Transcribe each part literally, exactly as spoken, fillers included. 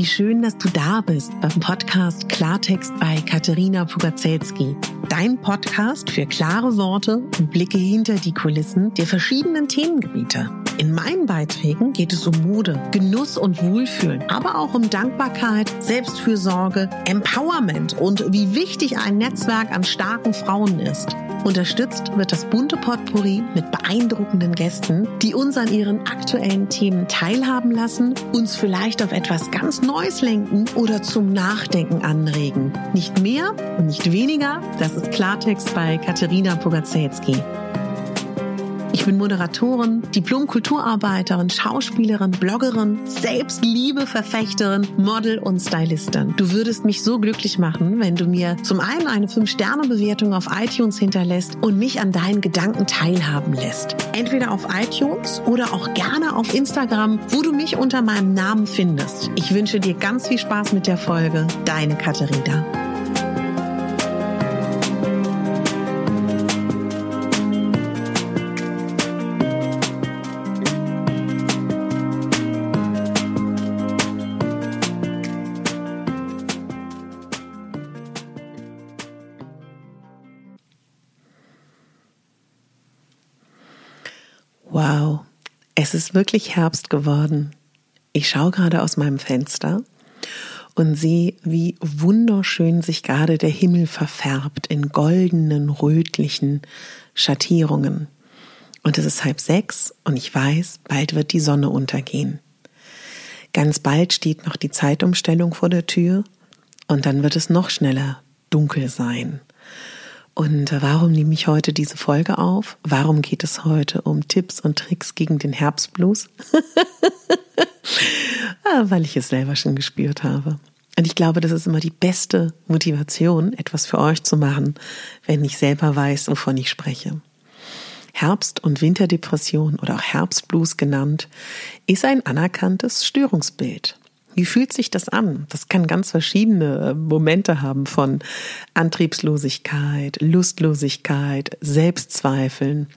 Wie schön, dass du da bist beim Podcast Klartext bei Katerina Pugacelski. Dein Podcast für klare Worte und Blicke hinter die Kulissen der verschiedenen Themengebiete. In meinen Beiträgen geht es um Mode, Genuss und Wohlfühlen, aber auch um Dankbarkeit, Selbstfürsorge, Empowerment und wie wichtig ein Netzwerk an starken Frauen ist. Unterstützt wird das bunte Potpourri mit beeindruckenden Gästen, die uns an ihren aktuellen Themen teilhaben lassen, uns vielleicht auf etwas ganz Neues lenken oder zum Nachdenken anregen. Nicht mehr und nicht weniger, das ist Klartext bei Katerina Pugacelski. Ich bin Moderatorin, Diplom-Kulturarbeiterin, Schauspielerin, Bloggerin, Selbstliebe-Verfechterin, Model und Stylistin. Du würdest mich so glücklich machen, wenn du mir zum einen eine fünf Sterne Bewertung auf iTunes hinterlässt und mich an deinen Gedanken teilhaben lässt. Entweder auf iTunes oder auch gerne auf Instagram, wo du mich unter meinem Namen findest. Ich wünsche dir ganz viel Spaß mit der Folge. Deine Katerina. Wow, es ist wirklich Herbst geworden. Ich schaue gerade aus meinem Fenster und sehe, wie wunderschön sich gerade der Himmel verfärbt in goldenen, rötlichen Schattierungen. Und es ist halb sechs und ich weiß, bald wird die Sonne untergehen. Ganz bald steht noch die Zeitumstellung vor der Tür und dann wird es noch schneller dunkel sein. Und warum nehme ich heute diese Folge auf? Warum geht es heute um Tipps und Tricks gegen den Herbstblues? ah, weil ich es selber schon gespürt habe. Und ich glaube, das ist immer die beste Motivation, etwas für euch zu machen, wenn ich selber weiß, wovon ich spreche. Herbst- und Winterdepression oder auch Herbstblues genannt, ist ein anerkanntes Störungsbild. Wie fühlt sich das an? Das kann ganz verschiedene Momente haben von Antriebslosigkeit, Lustlosigkeit, Selbstzweifeln.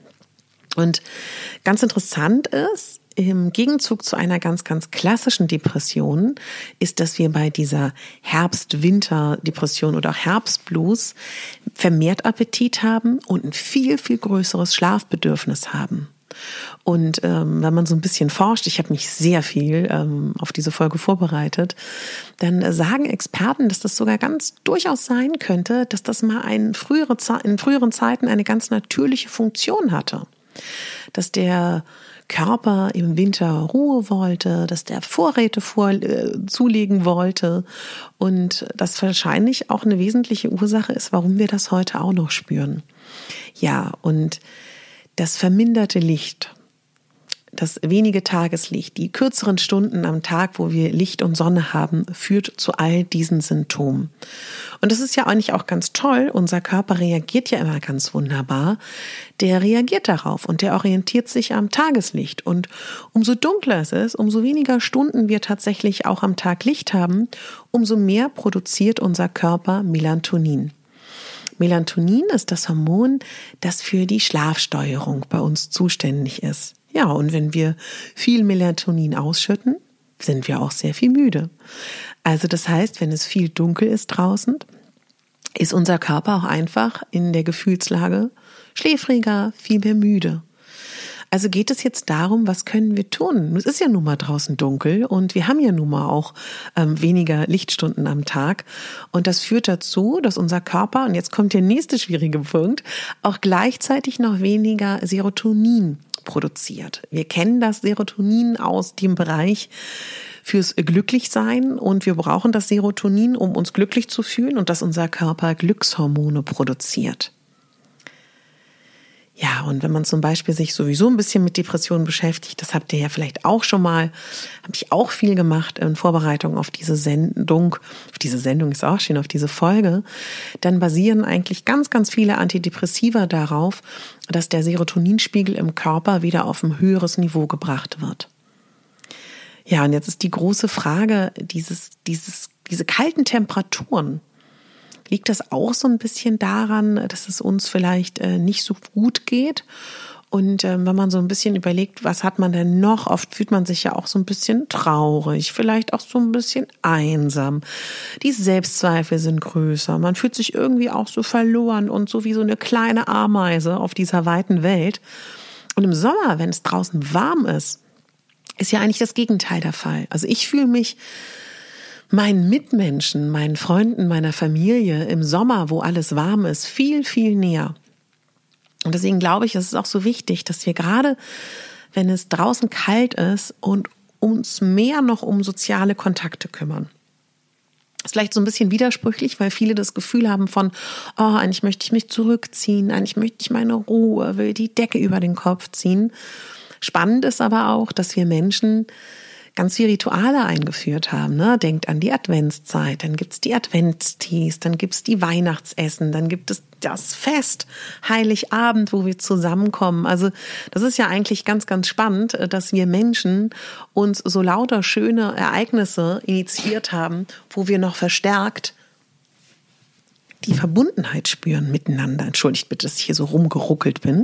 Und ganz interessant ist, im Gegenzug zu einer ganz, ganz klassischen Depression ist, dass wir bei dieser Herbst-Winter-Depression oder auch Herbstblues vermehrt Appetit haben und ein viel, viel größeres Schlafbedürfnis haben. Und ähm, wenn man so ein bisschen forscht, ich habe mich sehr viel ähm, auf diese Folge vorbereitet, dann äh, sagen Experten, dass das sogar ganz durchaus sein könnte, dass das mal ein frühere Ze- in früheren Zeiten eine ganz natürliche Funktion hatte. Dass der Körper im Winter Ruhe wollte, dass der Vorräte vor, äh, zulegen wollte und das wahrscheinlich auch eine wesentliche Ursache ist, warum wir das heute auch noch spüren. Ja, und das verminderte Licht, das wenige Tageslicht, die kürzeren Stunden am Tag, wo wir Licht und Sonne haben, führt zu all diesen Symptomen. Und das ist ja eigentlich auch ganz toll. Unser Körper reagiert ja immer ganz wunderbar. Der reagiert darauf und der orientiert sich am Tageslicht. Und umso dunkler es ist, umso weniger Stunden wir tatsächlich auch am Tag Licht haben, umso mehr produziert unser Körper Melatonin. Melatonin ist das Hormon, das für die Schlafsteuerung bei uns zuständig ist. Ja, und wenn wir viel Melatonin ausschütten, sind wir auch sehr viel müde. Also das heißt, wenn es viel dunkel ist draußen, ist unser Körper auch einfach in der Gefühlslage schläfriger, viel mehr müde. Also geht es jetzt darum, was können wir tun? Es ist ja nun mal draußen dunkel und wir haben ja nun mal auch ähm, weniger Lichtstunden am Tag. Und das führt dazu, dass unser Körper, und jetzt kommt der nächste schwierige Punkt, auch gleichzeitig noch weniger Serotonin produziert. Wir kennen das Serotonin aus dem Bereich fürs Glücklichsein und wir brauchen das Serotonin, um uns glücklich zu fühlen und dass unser Körper Glückshormone produziert. Ja, und wenn man zum Beispiel sich sowieso ein bisschen mit Depressionen beschäftigt, das habt ihr ja vielleicht auch schon mal, habe ich auch viel gemacht in Vorbereitung auf diese Sendung, auf diese Sendung ist auch schön, auf diese Folge, dann basieren eigentlich ganz, ganz viele Antidepressiva darauf, dass der Serotoninspiegel im Körper wieder auf ein höheres Niveau gebracht wird. Ja, und jetzt ist die große Frage, dieses, dieses, diese kalten Temperaturen, liegt das auch so ein bisschen daran, dass es uns vielleicht nicht so gut geht? Und ähm, wenn man so ein bisschen überlegt, was hat man denn noch? Oft fühlt man sich ja auch so ein bisschen traurig, vielleicht auch so ein bisschen einsam. Die Selbstzweifel sind größer. Man fühlt sich irgendwie auch so verloren und so wie so eine kleine Ameise auf dieser weiten Welt. Und im Sommer, wenn es draußen warm ist, ist ja eigentlich das Gegenteil der Fall. Also ich fühle mich meinen Mitmenschen, meinen Freunden, meiner Familie im Sommer, wo alles warm ist, viel, viel näher. Und deswegen glaube ich, es ist auch so wichtig, dass wir gerade, wenn es draußen kalt ist, und uns mehr noch um soziale Kontakte kümmern. Das ist vielleicht so ein bisschen widersprüchlich, weil viele das Gefühl haben von, oh, eigentlich möchte ich mich zurückziehen, eigentlich möchte ich meine Ruhe, will die Decke über den Kopf ziehen. Spannend ist aber auch, dass wir Menschen ganz viele Rituale eingeführt haben. Ne? Denkt an die Adventszeit, dann gibt's die Adventstees, dann gibt's die Weihnachtsessen, dann gibt es das Fest, Heiligabend, wo wir zusammenkommen. Also das ist ja eigentlich ganz, ganz spannend, dass wir Menschen uns so lauter schöne Ereignisse initiiert haben, wo wir noch verstärkt die Verbundenheit spüren miteinander. Entschuldigt bitte, dass ich hier so rumgeruckelt bin.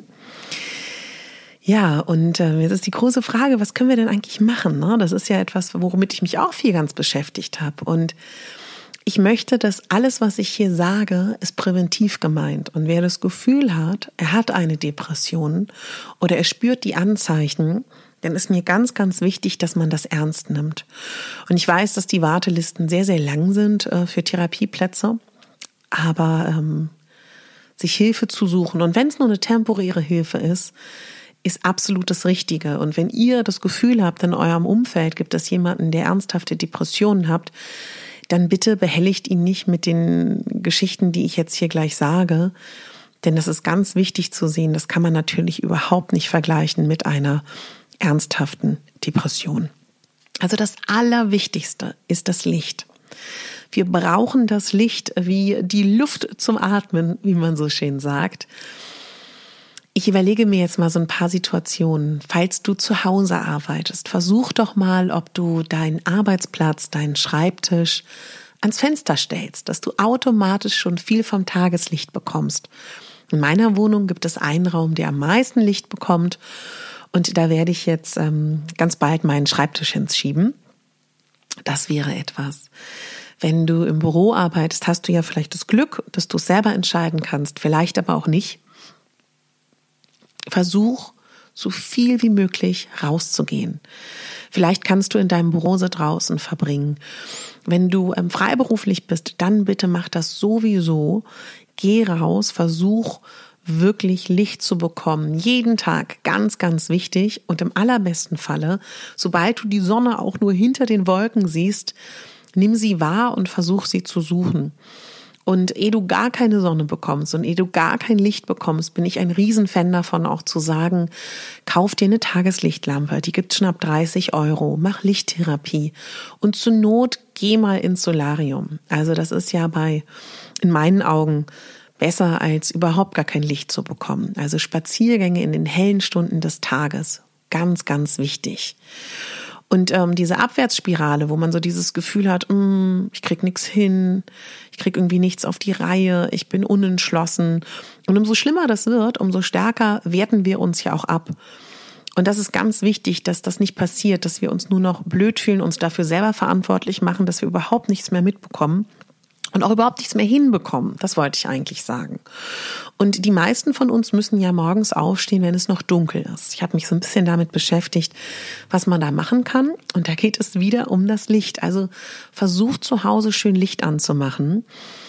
Ja, und äh, jetzt ist die große Frage, was können wir denn eigentlich machen? Ne? Das ist ja etwas, womit ich mich auch viel ganz beschäftigt habe. Und ich möchte, dass alles, was ich hier sage, ist präventiv gemeint. Und wer das Gefühl hat, er hat eine Depression oder er spürt die Anzeichen, dann ist mir ganz, ganz wichtig, dass man das ernst nimmt. Und ich weiß, dass die Wartelisten sehr, sehr lang sind äh, für Therapieplätze, aber ähm, sich Hilfe zu suchen und wenn es nur eine temporäre Hilfe ist, ist absolut das Richtige. Und wenn ihr das Gefühl habt, in eurem Umfeld gibt es jemanden, der ernsthafte Depressionen hat, dann bitte behelligt ihn nicht mit den Geschichten, die ich jetzt hier gleich sage. Denn das ist ganz wichtig zu sehen. Das kann man natürlich überhaupt nicht vergleichen mit einer ernsthaften Depression. Also das Allerwichtigste ist das Licht. Wir brauchen das Licht wie die Luft zum Atmen, wie man so schön sagt. Ich überlege mir jetzt mal so ein paar Situationen. Falls du zu Hause arbeitest, versuch doch mal, ob du deinen Arbeitsplatz, deinen Schreibtisch ans Fenster stellst, dass du automatisch schon viel vom Tageslicht bekommst. In meiner Wohnung gibt es einen Raum, der am meisten Licht bekommt und da werde ich jetzt ähm, ganz bald meinen Schreibtisch hinschieben. Das wäre etwas. Wenn du im Büro arbeitest, hast du ja vielleicht das Glück, dass du es selber entscheiden kannst, vielleicht aber auch nicht. Versuch, so viel wie möglich rauszugehen. Vielleicht kannst du in deinem Büro so draußen verbringen. Wenn du ähm, freiberuflich bist, dann bitte mach das sowieso. Geh raus, versuch wirklich Licht zu bekommen. Jeden Tag, ganz, ganz wichtig. Und im allerbesten Falle, sobald du die Sonne auch nur hinter den Wolken siehst, nimm sie wahr und versuch sie zu suchen. Und ehe du gar keine Sonne bekommst und ehe du gar kein Licht bekommst, bin ich ein Riesenfan davon, auch zu sagen, kauf dir eine Tageslichtlampe, die gibt's schon ab dreißig Euro, mach Lichttherapie und zur Not geh mal ins Solarium. Also das ist ja bei, in meinen Augen, besser als überhaupt gar kein Licht zu bekommen. Also Spaziergänge in den hellen Stunden des Tages, ganz, ganz wichtig. Und ähm, diese Abwärtsspirale, wo man so dieses Gefühl hat, mm, ich krieg nichts hin, ich krieg irgendwie nichts auf die Reihe, ich bin unentschlossen. Und umso schlimmer das wird, umso stärker werten wir uns ja auch ab. Und das ist ganz wichtig, dass das nicht passiert, dass wir uns nur noch blöd fühlen, uns dafür selber verantwortlich machen, dass wir überhaupt nichts mehr mitbekommen. Und auch überhaupt nichts mehr hinbekommen. Das wollte ich eigentlich sagen. Und die meisten von uns müssen ja morgens aufstehen, wenn es noch dunkel ist. Ich habe mich so ein bisschen damit beschäftigt, was man da machen kann. Und da geht es wieder um das Licht. Also versucht zu Hause schön Licht anzumachen.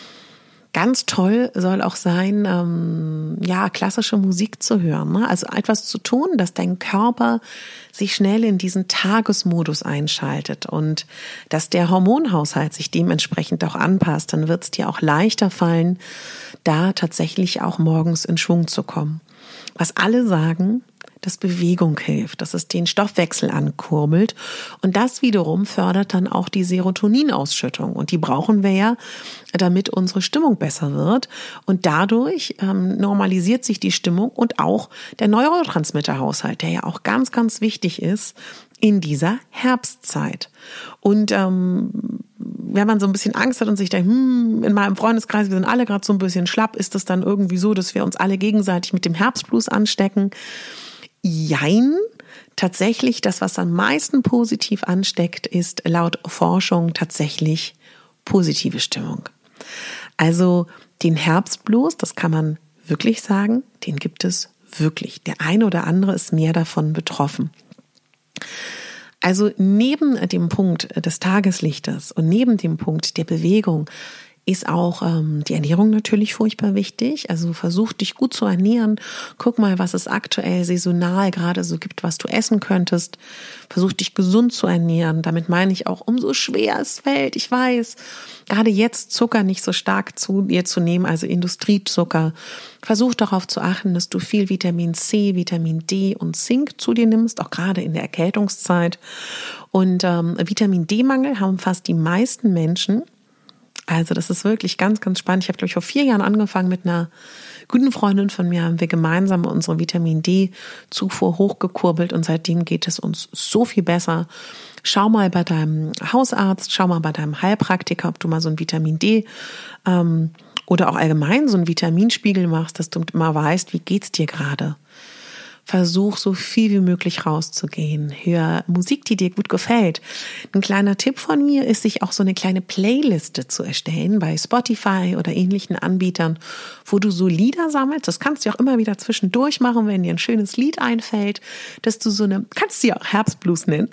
Ganz toll soll auch sein, ähm, ja, klassische Musik zu hören. Ne? Also etwas zu tun, dass dein Körper sich schnell in diesen Tagesmodus einschaltet und dass der Hormonhaushalt sich dementsprechend auch anpasst. Dann wird es dir auch leichter fallen, da tatsächlich auch morgens in Schwung zu kommen. Was alle sagen, dass Bewegung hilft, dass es den Stoffwechsel ankurbelt und das wiederum fördert dann auch die Serotoninausschüttung und die brauchen wir ja, damit unsere Stimmung besser wird und dadurch ähm, normalisiert sich die Stimmung und auch der Neurotransmitterhaushalt, der ja auch ganz, ganz wichtig ist in dieser Herbstzeit. Und ähm, wenn man so ein bisschen Angst hat und sich denkt, hm, in meinem Freundeskreis, wir sind alle gerade so ein bisschen schlapp, ist das dann irgendwie so, dass wir uns alle gegenseitig mit dem Herbstblues anstecken? jein. Tatsächlich, das, was am meisten positiv ansteckt, ist laut Forschung tatsächlich positive Stimmung. Also den Herbstblues, das kann man wirklich sagen, den gibt es wirklich. Der eine oder andere ist mehr davon betroffen. Also neben dem Punkt des Tageslichtes und neben dem Punkt der Bewegung ist auch ähm, die Ernährung natürlich furchtbar wichtig. Also versuch dich gut zu ernähren. Guck mal, was es aktuell saisonal gerade so gibt, was du essen könntest. Versuch dich gesund zu ernähren. Damit meine ich auch, umso schwer es fällt. Ich weiß, gerade jetzt Zucker nicht so stark zu dir zu nehmen, also Industriezucker. Versuch darauf zu achten, dass du viel Vitamin C, Vitamin D und Zink zu dir nimmst, auch gerade in der Erkältungszeit. Und ähm, Vitamin D-Mangel haben fast die meisten Menschen. Also das ist wirklich ganz, ganz spannend. Ich habe, glaube ich, vor vier Jahren angefangen mit einer guten Freundin von mir, haben wir gemeinsam unsere Vitamin-D-Zufuhr hochgekurbelt und seitdem geht es uns so viel besser. Schau mal bei deinem Hausarzt, schau mal bei deinem Heilpraktiker, ob du mal so ein Vitamin-D ähm, oder auch allgemein so einen Vitaminspiegel machst, dass du mal weißt, wie geht's dir gerade. Versuch so viel wie möglich rauszugehen. Hör Musik, die dir gut gefällt. Ein kleiner Tipp von mir ist, sich auch so eine kleine Playliste zu erstellen bei Spotify oder ähnlichen Anbietern, wo du so Lieder sammelst. Das kannst du auch immer wieder zwischendurch machen, wenn dir ein schönes Lied einfällt, dass du so eine, kannst du ja auch Herbstblues nennen,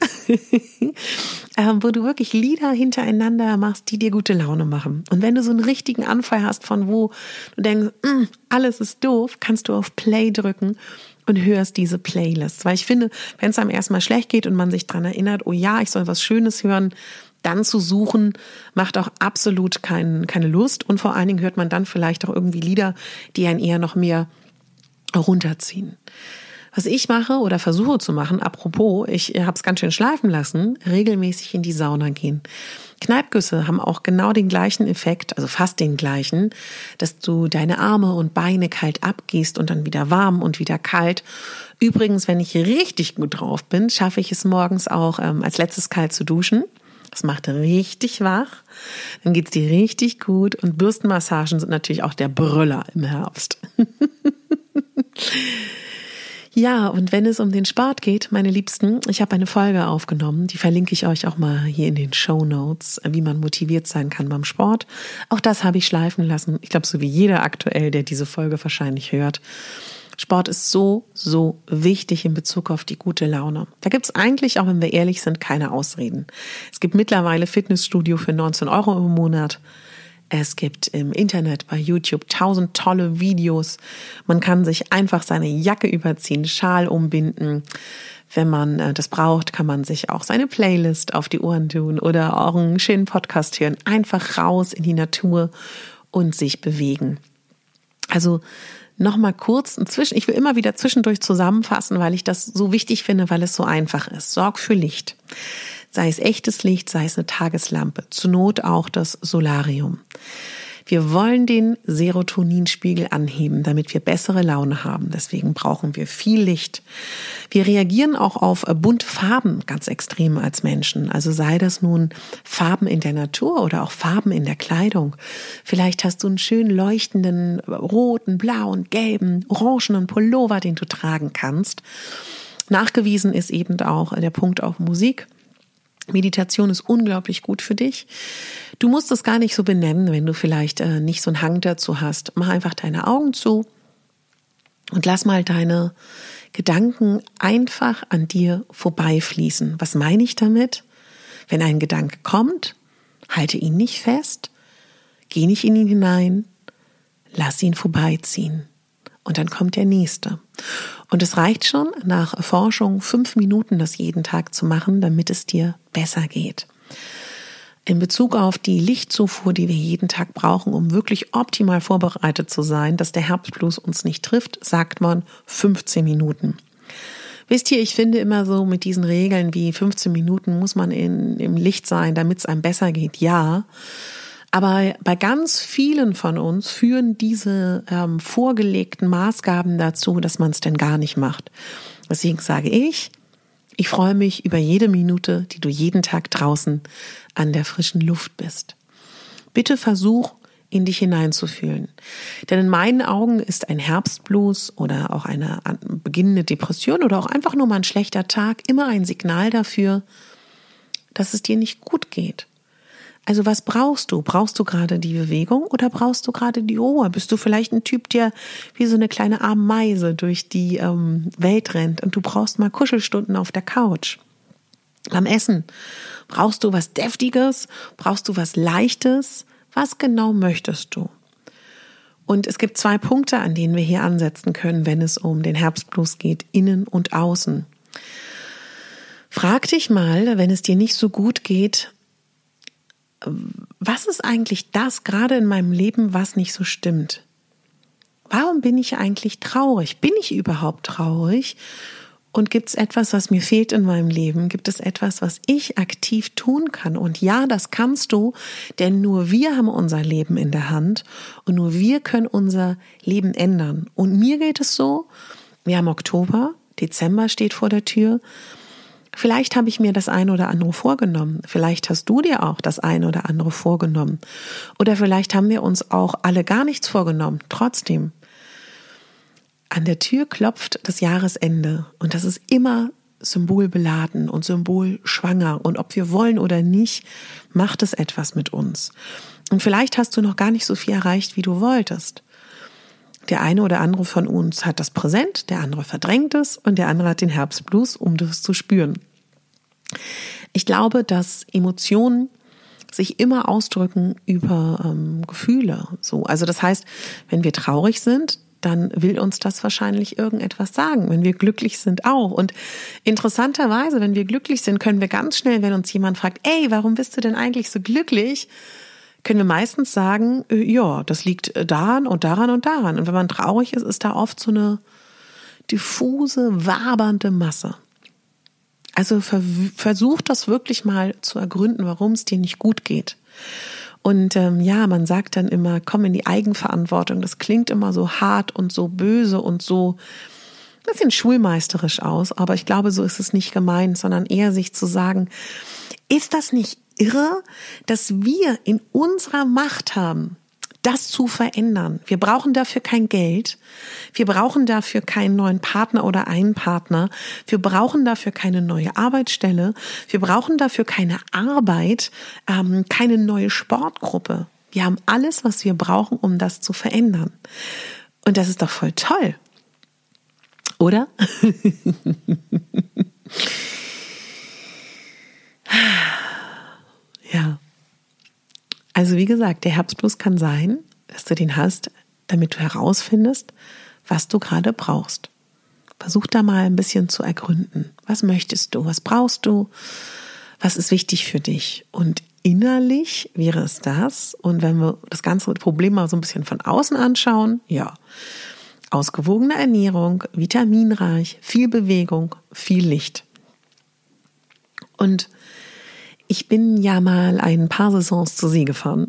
ähm, wo du wirklich Lieder hintereinander machst, die dir gute Laune machen. Und wenn du so einen richtigen Anfall hast, von wo du denkst, alles ist doof, kannst du auf Play drücken und hörst diese Playlists. Weil ich finde, wenn es einem erstmal schlecht geht und man sich dran erinnert, oh ja, ich soll was Schönes hören, dann zu suchen, macht auch absolut kein, keine Lust. Und vor allen Dingen hört man dann vielleicht auch irgendwie Lieder, die einen eher noch mehr runterziehen. Was ich mache oder versuche zu machen, apropos, ich habe es ganz schön schleifen lassen, regelmäßig in die Sauna gehen. Kneippgüsse haben auch genau den gleichen Effekt, also fast den gleichen, dass du deine Arme und Beine kalt abgießt und dann wieder warm und wieder kalt. Übrigens, wenn ich richtig gut drauf bin, schaffe ich es morgens auch ähm, als letztes kalt zu duschen. Das macht richtig wach. Dann geht's dir richtig gut und Bürstenmassagen sind natürlich auch der Brüller im Herbst. Ja, und wenn es um den Sport geht, meine Liebsten, ich habe eine Folge aufgenommen, die verlinke ich euch auch mal hier in den Shownotes, wie man motiviert sein kann beim Sport. Auch das habe ich schleifen lassen. Ich glaube, so wie jeder aktuell, der diese Folge wahrscheinlich hört. Sport ist so, so wichtig in Bezug auf die gute Laune. Da gibt es eigentlich, auch wenn wir ehrlich sind, keine Ausreden. Es gibt mittlerweile Fitnessstudio für neunzehn Euro im Monat. Es gibt im Internet bei YouTube tausend tolle Videos. Man kann sich einfach seine Jacke überziehen, Schal umbinden. Wenn man das braucht, kann man sich auch seine Playlist auf die Ohren tun oder auch einen schönen Podcast hören. Einfach raus in die Natur und sich bewegen. Also nochmal kurz inzwischen, ich will immer wieder zwischendurch zusammenfassen, weil ich das so wichtig finde, weil es so einfach ist. Sorg für Licht. Sei es echtes Licht, sei es eine Tageslampe, zur Not auch das Solarium. Wir wollen den Serotoninspiegel anheben, damit wir bessere Laune haben. Deswegen brauchen wir viel Licht. Wir reagieren auch auf bunte Farben ganz extrem als Menschen. Also sei das nun Farben in der Natur oder auch Farben in der Kleidung. Vielleicht hast du einen schön leuchtenden roten, blauen, gelben, orangenen Pullover, den du tragen kannst. Nachgewiesen ist eben auch der Punkt auf Musik. Meditation ist unglaublich gut für dich. Du musst es gar nicht so benennen, wenn du vielleicht äh, nicht so einen Hang dazu hast. Mach einfach deine Augen zu und lass mal deine Gedanken einfach an dir vorbeifließen. Was meine ich damit? Wenn ein Gedanke kommt, halte ihn nicht fest, geh nicht in ihn hinein, lass ihn vorbeiziehen. Und dann kommt der nächste. Und es reicht schon nach Forschung, fünf Minuten das jeden Tag zu machen, damit es dir besser geht. In Bezug auf die Lichtzufuhr, die wir jeden Tag brauchen, um wirklich optimal vorbereitet zu sein, dass der Herbstblues uns nicht trifft, sagt man fünfzehn Minuten. Wisst ihr, ich finde immer so mit diesen Regeln wie fünfzehn Minuten muss man in, im Licht sein, damit es einem besser geht. Ja, aber bei ganz vielen von uns führen diese ähm, vorgelegten Maßgaben dazu, dass man es denn gar nicht macht. Deswegen sage ich, ich freue mich über jede Minute, die du jeden Tag draußen an der frischen Luft bist. Bitte versuch, in dich hineinzufühlen. Denn in meinen Augen ist ein Herbstblues oder auch eine beginnende Depression oder auch einfach nur mal ein schlechter Tag immer ein Signal dafür, dass es dir nicht gut geht. Also was brauchst du? Brauchst du gerade die Bewegung oder brauchst du gerade die Ruhe? Bist du vielleicht ein Typ, der wie so eine kleine Ameise durch die ähm, Welt rennt und du brauchst mal Kuschelstunden auf der Couch? Beim Essen brauchst du was Deftiges? Brauchst du was Leichtes? Was genau möchtest du? Und es gibt zwei Punkte, an denen wir hier ansetzen können, wenn es um den Herbstblues geht, innen und außen. Frag dich mal, wenn es dir nicht so gut geht, was ist eigentlich das gerade in meinem Leben, was nicht so stimmt? Warum bin ich eigentlich traurig? Bin ich überhaupt traurig? Und gibt es etwas, was mir fehlt in meinem Leben? Gibt es etwas, was ich aktiv tun kann? Und ja, das kannst du, denn nur wir haben unser Leben in der Hand und nur wir können unser Leben ändern. Und mir geht es so, wir haben Oktober, Dezember steht vor der Tür. Vielleicht habe ich mir das eine oder andere vorgenommen. Vielleicht hast du dir auch das eine oder andere vorgenommen. Oder vielleicht haben wir uns auch alle gar nichts vorgenommen. Trotzdem. An der Tür klopft das Jahresende und das ist immer symbolbeladen und symbolschwanger und ob wir wollen oder nicht, macht es etwas mit uns. Und vielleicht hast du noch gar nicht so viel erreicht, wie du wolltest. Der eine oder andere von uns hat das präsent, der andere verdrängt es und der andere hat den Herbstblues, um das zu spüren. Ich glaube, dass Emotionen sich immer ausdrücken über ähm, Gefühle. So, also das heißt, wenn wir traurig sind, dann will uns das wahrscheinlich irgendetwas sagen. Wenn wir glücklich sind auch. Und interessanterweise, wenn wir glücklich sind, können wir ganz schnell, wenn uns jemand fragt, ey, warum bist du denn eigentlich so glücklich? Können wir meistens sagen, ja, das liegt daran und daran und daran. Und wenn man traurig ist, ist da oft so eine diffuse, wabernde Masse. Also versuch das wirklich mal zu ergründen, warum es dir nicht gut geht. Und ähm, ja, man sagt dann immer, komm in die Eigenverantwortung. Das klingt immer so hart und so böse und so ein bisschen schulmeisterisch aus. Aber ich glaube, so ist es nicht gemeint, sondern eher sich zu sagen, ist das nicht irre, dass wir in unserer Macht haben, das zu verändern? Wir brauchen dafür kein Geld. Wir brauchen dafür keinen neuen Partner oder einen Partner. Wir brauchen dafür keine neue Arbeitsstelle. Wir brauchen dafür keine Arbeit, ähm, keine neue Sportgruppe. Wir haben alles, was wir brauchen, um das zu verändern. Und das ist doch voll toll. Oder? Ja. Also wie gesagt, der Herbstblues kann sein, dass du den hast, damit du herausfindest, was du gerade brauchst. Versuch da mal ein bisschen zu ergründen. Was möchtest du? Was brauchst du? Was ist wichtig für dich? Und innerlich wäre es das. Und wenn wir das ganze Problem mal so ein bisschen von außen anschauen, ja, ausgewogene Ernährung, vitaminreich, viel Bewegung, viel Licht. Und ich bin ja mal ein paar Saisons zur See gefahren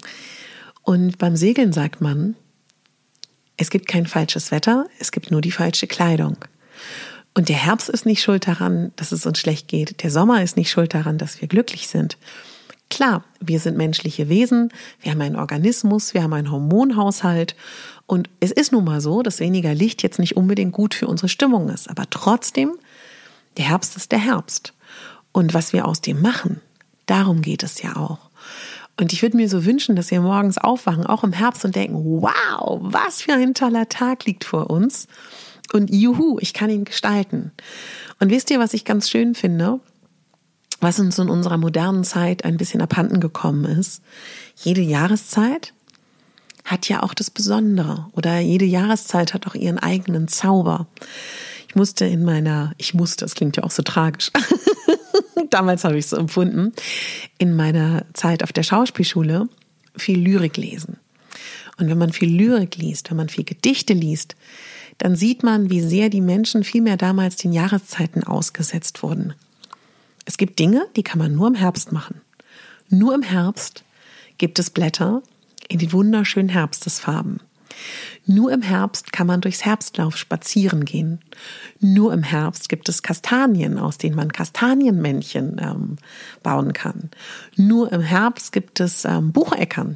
und beim Segeln sagt man, es gibt kein falsches Wetter, es gibt nur die falsche Kleidung. Und der Herbst ist nicht schuld daran, dass es uns schlecht geht. Der Sommer ist nicht schuld daran, dass wir glücklich sind. Klar, wir sind menschliche Wesen, wir haben einen Organismus, wir haben einen Hormonhaushalt und es ist nun mal so, dass weniger Licht jetzt nicht unbedingt gut für unsere Stimmung ist. Aber trotzdem, der Herbst ist der Herbst. Und was wir aus dem machen, darum geht es ja auch. Und ich würde mir so wünschen, dass wir morgens aufwachen, auch im Herbst und denken, wow, was für ein toller Tag liegt vor uns. Und juhu, ich kann ihn gestalten. Und wisst ihr, was ich ganz schön finde? Was uns in unserer modernen Zeit ein bisschen abhanden gekommen ist? Jede Jahreszeit hat ja auch das Besondere. Oder jede Jahreszeit hat auch ihren eigenen Zauber. Ich musste in meiner, ich musste, das klingt ja auch so tragisch, damals habe ich es so empfunden, in meiner Zeit auf der Schauspielschule viel Lyrik lesen. Und wenn man viel Lyrik liest, wenn man viel Gedichte liest, dann sieht man, wie sehr die Menschen viel mehr damals den Jahreszeiten ausgesetzt wurden. Es gibt Dinge, die kann man nur im Herbst machen. Nur im Herbst gibt es Blätter in den wunderschönen Herbstesfarben. Nur im Herbst kann man durchs Herbstlauf spazieren gehen. Nur im Herbst gibt es Kastanien, aus denen man Kastanienmännchen ähm, bauen kann. Nur im Herbst gibt es ähm, Bucheckern.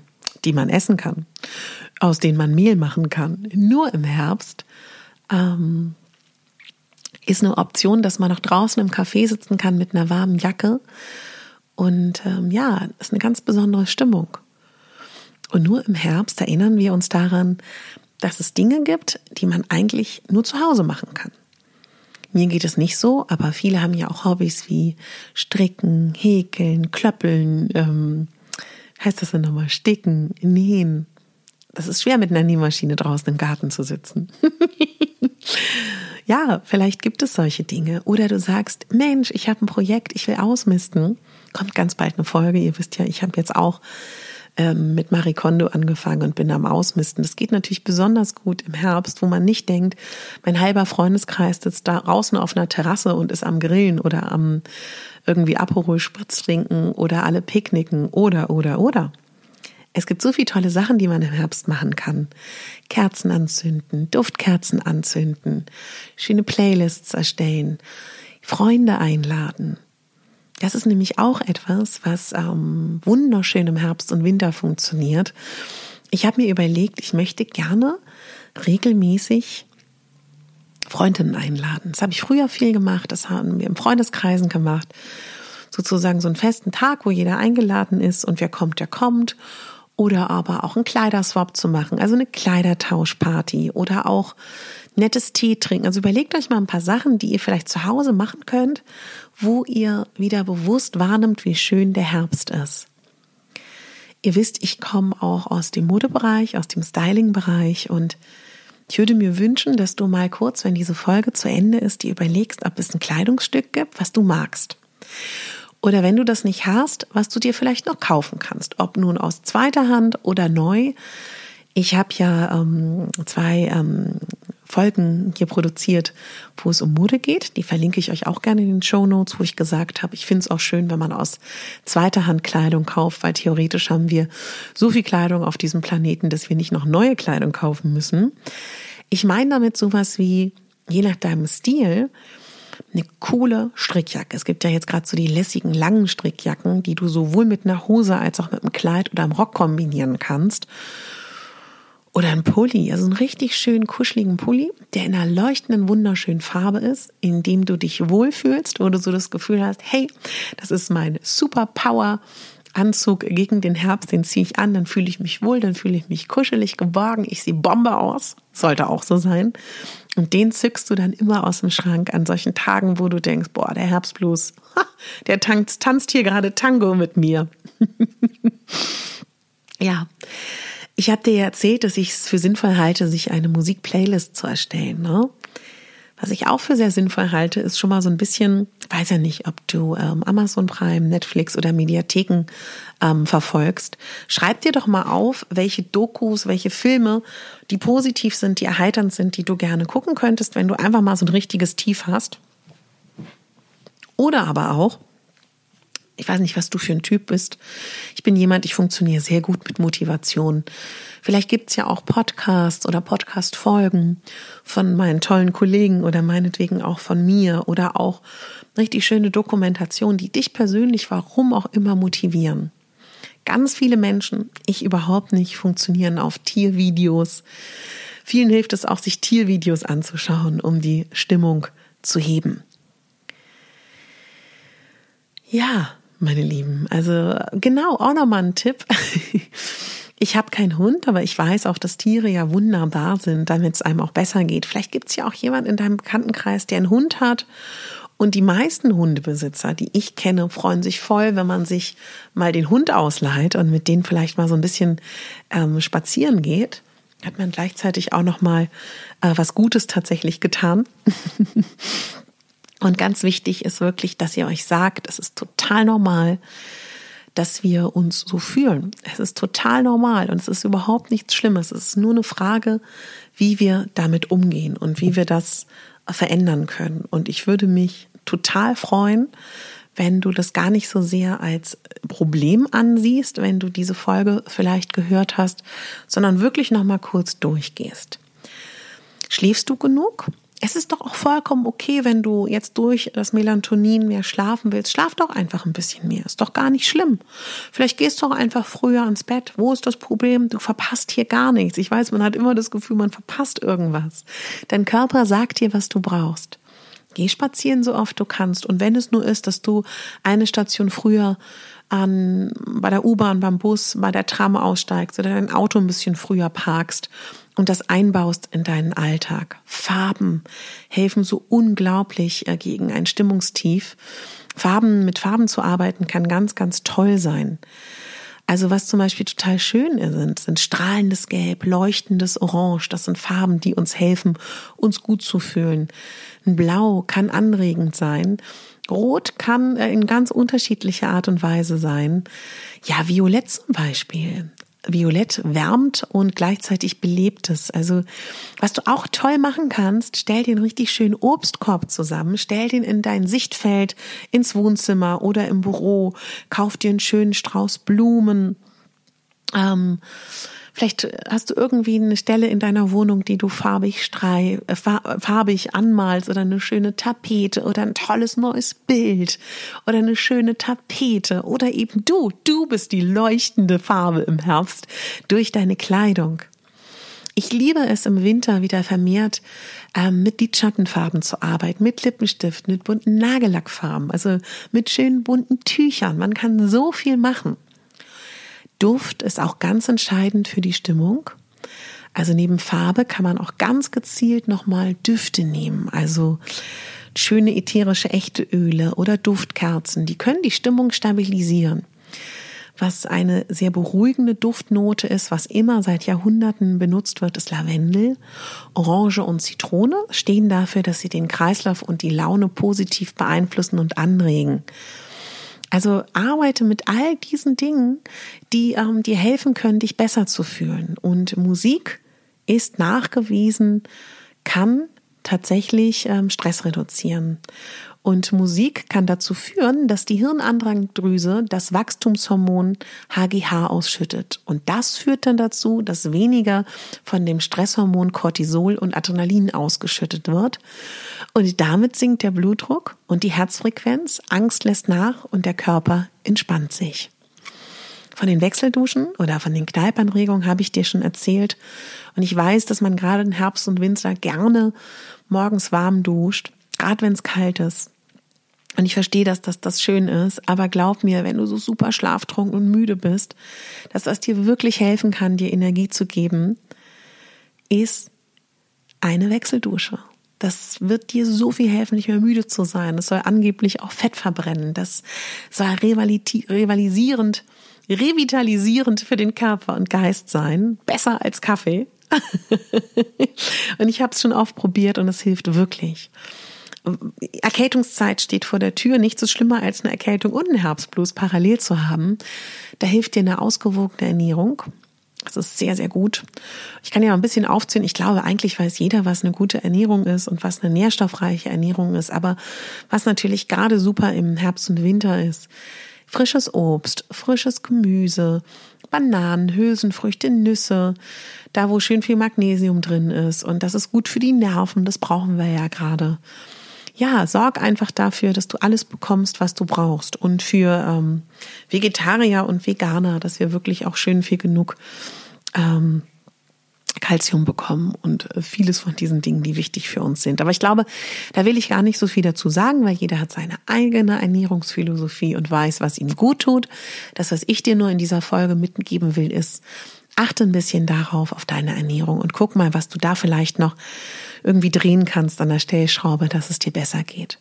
die man essen kann, aus denen man Mehl machen kann. Nur im Herbst ähm, ist eine Option, dass man noch draußen im Café sitzen kann mit einer warmen Jacke. Und ähm, ja, ist eine ganz besondere Stimmung. Und nur im Herbst erinnern wir uns daran, dass es Dinge gibt, die man eigentlich nur zu Hause machen kann. Mir geht es nicht so, aber viele haben ja auch Hobbys wie Stricken, Häkeln, Klöppeln, ähm, heißt das denn nochmal, Sticken, Nähen. Das ist schwer mit einer Nähmaschine draußen im Garten zu sitzen. Ja, vielleicht gibt es solche Dinge. Oder du sagst, Mensch, ich habe ein Projekt, ich will ausmisten. Kommt ganz bald eine Folge. Ihr wisst ja, ich habe jetzt auch ähm, mit Marie Kondo angefangen und bin am Ausmisten. Das geht natürlich besonders gut im Herbst, wo man nicht denkt, mein halber Freundeskreis sitzt da draußen auf einer Terrasse und ist am Grillen oder am irgendwie Aperol Spritz trinken oder alle picknicken oder, oder, oder. Es gibt so viele tolle Sachen, die man im Herbst machen kann. Kerzen anzünden, Duftkerzen anzünden, schöne Playlists erstellen, Freunde einladen. Das ist nämlich auch etwas, was ähm, wunderschön im Herbst und Winter funktioniert. Ich habe mir überlegt, ich möchte gerne regelmäßig Freundinnen einladen. Das habe ich früher viel gemacht, das haben wir im Freundeskreisen gemacht. Sozusagen so einen festen Tag, wo jeder eingeladen ist und wer kommt, der kommt. Oder aber auch einen Kleiderswap zu machen, also eine Kleidertauschparty oder auch nettes Tee trinken. Also überlegt euch mal ein paar Sachen, die ihr vielleicht zu Hause machen könnt, wo ihr wieder bewusst wahrnimmt, wie schön der Herbst ist. Ihr wisst, ich komme auch aus dem Modebereich, aus dem Styling-Bereich und ich würde mir wünschen, dass du mal kurz, wenn diese Folge zu Ende ist, dir überlegst, ob es ein Kleidungsstück gibt, was du magst. Oder wenn du das nicht hast, was du dir vielleicht noch kaufen kannst, ob nun aus zweiter Hand oder neu. Ich habe ja ähm, zwei ähm, Folgen hier produziert, wo es um Mode geht. Die verlinke ich euch auch gerne in den Shownotes, wo ich gesagt habe, ich finde es auch schön, wenn man aus zweiter Hand Kleidung kauft, weil theoretisch haben wir so viel Kleidung auf diesem Planeten, dass wir nicht noch neue Kleidung kaufen müssen. Ich meine damit sowas wie, je nach deinem Stil, eine coole Strickjacke. Es gibt ja jetzt gerade so die lässigen langen Strickjacken, die du sowohl mit einer Hose als auch mit einem Kleid oder einem Rock kombinieren kannst. Oder ein Pulli, also einen richtig schönen, kuscheligen Pulli, der in einer leuchtenden, wunderschönen Farbe ist, in dem du dich wohlfühlst, wo du so das Gefühl hast, hey, das ist mein Superpower-Anzug gegen den Herbst, den ziehe ich an, dann fühle ich mich wohl, dann fühle ich mich kuschelig, geborgen, ich sehe Bombe aus, sollte auch so sein. Und den zückst du dann immer aus dem Schrank an solchen Tagen, wo du denkst, boah, der Herbstblues, der tanzt, tanzt hier gerade Tango mit mir. Ja, ich habe dir ja erzählt, dass ich es für sinnvoll halte, sich eine Musikplaylist zu erstellen. Ne? Was ich auch für sehr sinnvoll halte, ist schon mal so ein bisschen, weiß ja nicht, ob du ähm, Amazon Prime, Netflix oder Mediatheken ähm, verfolgst. Schreib dir doch mal auf, welche Dokus, welche Filme, die positiv sind, die erheiternd sind, die du gerne gucken könntest, wenn du einfach mal so ein richtiges Tief hast. Oder aber auch, ich weiß nicht, was du für ein Typ bist. Ich bin jemand, ich funktioniere sehr gut mit Motivation. Vielleicht gibt's ja auch Podcasts oder Podcast-Folgen von meinen tollen Kollegen oder meinetwegen auch von mir oder auch richtig schöne Dokumentationen, die dich persönlich, warum auch immer, motivieren. Ganz viele Menschen, ich überhaupt nicht, funktionieren auf Tiervideos. Vielen hilft es auch, sich Tiervideos anzuschauen, um die Stimmung zu heben. Ja, meine Lieben, also genau, auch nochmal ein Tipp. Ich habe keinen Hund, aber ich weiß auch, dass Tiere ja wunderbar sind, damit es einem auch besser geht. Vielleicht gibt es ja auch jemand in deinem Bekanntenkreis, der einen Hund hat. Und die meisten Hundebesitzer, die ich kenne, freuen sich voll, wenn man sich mal den Hund ausleiht und mit denen vielleicht mal so ein bisschen ähm, spazieren geht. Hat man gleichzeitig auch nochmal äh, was Gutes tatsächlich getan. Und ganz wichtig ist wirklich, dass ihr euch sagt, es ist total normal, dass wir uns so fühlen. Es ist total normal und es ist überhaupt nichts Schlimmes. Es ist nur eine Frage, wie wir damit umgehen und wie wir das verändern können. Und ich würde mich total freuen, wenn du das gar nicht so sehr als Problem ansiehst, wenn du diese Folge vielleicht gehört hast, sondern wirklich noch mal kurz durchgehst. Schläfst du genug? Es ist doch auch vollkommen okay, wenn du jetzt durch das Melatonin mehr schlafen willst. Schlaf doch einfach ein bisschen mehr. Ist doch gar nicht schlimm. Vielleicht gehst du auch einfach früher ins Bett. Wo ist das Problem? Du verpasst hier gar nichts. Ich weiß, man hat immer das Gefühl, man verpasst irgendwas. Dein Körper sagt dir, was du brauchst. Geh spazieren so oft du kannst. Und wenn es nur ist, dass du eine Station früher an, bei der U-Bahn, beim Bus, bei der Tram aussteigst oder dein Auto ein bisschen früher parkst und das einbaust in deinen Alltag. Farben helfen so unglaublich gegen ein Stimmungstief. Farben, mit Farben zu arbeiten kann ganz, ganz toll sein. Also was zum Beispiel total schön sind, sind strahlendes Gelb, leuchtendes Orange. Das sind Farben, die uns helfen, uns gut zu fühlen. Ein Blau kann anregend sein. Rot kann in ganz unterschiedlicher Art und Weise sein. Ja, Violett zum Beispiel. Violett wärmt und gleichzeitig belebt es. Also was du auch toll machen kannst, stell dir einen richtig schönen Obstkorb zusammen, stell den in dein Sichtfeld, ins Wohnzimmer oder im Büro, kauf dir einen schönen Strauß Blumen. Ähm, vielleicht hast du irgendwie eine Stelle in deiner Wohnung, die du farbig strei, äh, farbig anmalst oder eine schöne Tapete oder ein tolles neues Bild oder eine schöne Tapete oder eben du, du bist die leuchtende Farbe im Herbst durch deine Kleidung. Ich liebe es im Winter wieder vermehrt ähm, mit Lidschattenfarben zu arbeiten, mit Lippenstift, mit bunten Nagellackfarben, also mit schönen bunten Tüchern. Man kann so viel machen. Duft ist auch ganz entscheidend für die Stimmung. Also neben Farbe kann man auch ganz gezielt nochmal Düfte nehmen. Also schöne ätherische echte Öle oder Duftkerzen, die können die Stimmung stabilisieren. Was eine sehr beruhigende Duftnote ist, was immer seit Jahrhunderten benutzt wird, ist Lavendel. Orange und Zitrone stehen dafür, dass sie den Kreislauf und die Laune positiv beeinflussen und anregen. Also arbeite mit all diesen Dingen, die ähm, dir helfen können, dich besser zu fühlen. Und Musik ist nachgewiesen, kann tatsächlich ähm, Stress reduzieren. Und Musik kann dazu führen, dass die Hirnandrangdrüse das Wachstumshormon H G H ausschüttet. Und das führt dann dazu, dass weniger von dem Stresshormon Cortisol und Adrenalin ausgeschüttet wird. Und damit sinkt der Blutdruck und die Herzfrequenz, Angst lässt nach und der Körper entspannt sich. Von den Wechselduschen oder von den Kneipanregungen habe ich dir schon erzählt. Und ich weiß, dass man gerade im Herbst und Winter gerne morgens warm duscht, gerade wenn es kalt ist. Und ich verstehe, dass das, das schön ist, aber glaub mir, wenn du so super schlaftrunken und müde bist, dass das dir wirklich helfen kann, dir Energie zu geben, ist eine Wechseldusche. Das wird dir so viel helfen, nicht mehr müde zu sein. Das soll angeblich auch Fett verbrennen. Das soll rivalisierend, revitalisierend für den Körper und Geist sein. Besser als Kaffee. Und ich habe es schon oft probiert und es hilft wirklich. Erkältungszeit steht vor der Tür. Nichts ist schlimmer als eine Erkältung und einen Herbstblues parallel zu haben. Da hilft dir eine ausgewogene Ernährung. Das ist sehr, sehr gut. Ich kann ja mal ein bisschen aufzählen. Ich glaube, eigentlich weiß jeder, was eine gute Ernährung ist und was eine nährstoffreiche Ernährung ist. Aber was natürlich gerade super im Herbst und Winter ist, frisches Obst, frisches Gemüse, Bananen, Hülsenfrüchte, Nüsse, da wo schön viel Magnesium drin ist. Und das ist gut für die Nerven, das brauchen wir ja gerade. Ja, sorg einfach dafür, dass du alles bekommst, was du brauchst. Und für ähm, Vegetarier und Veganer, dass wir wirklich auch schön viel genug ähm, Kalzium bekommen und vieles von diesen Dingen, die wichtig für uns sind. Aber ich glaube, da will ich gar nicht so viel dazu sagen, weil jeder hat seine eigene Ernährungsphilosophie und weiß, was ihm gut tut. Das, was ich dir nur in dieser Folge mitgeben will, ist, achte ein bisschen darauf, auf deine Ernährung und guck mal, was du da vielleicht noch irgendwie drehen kannst an der Stellschraube, dass es dir besser geht.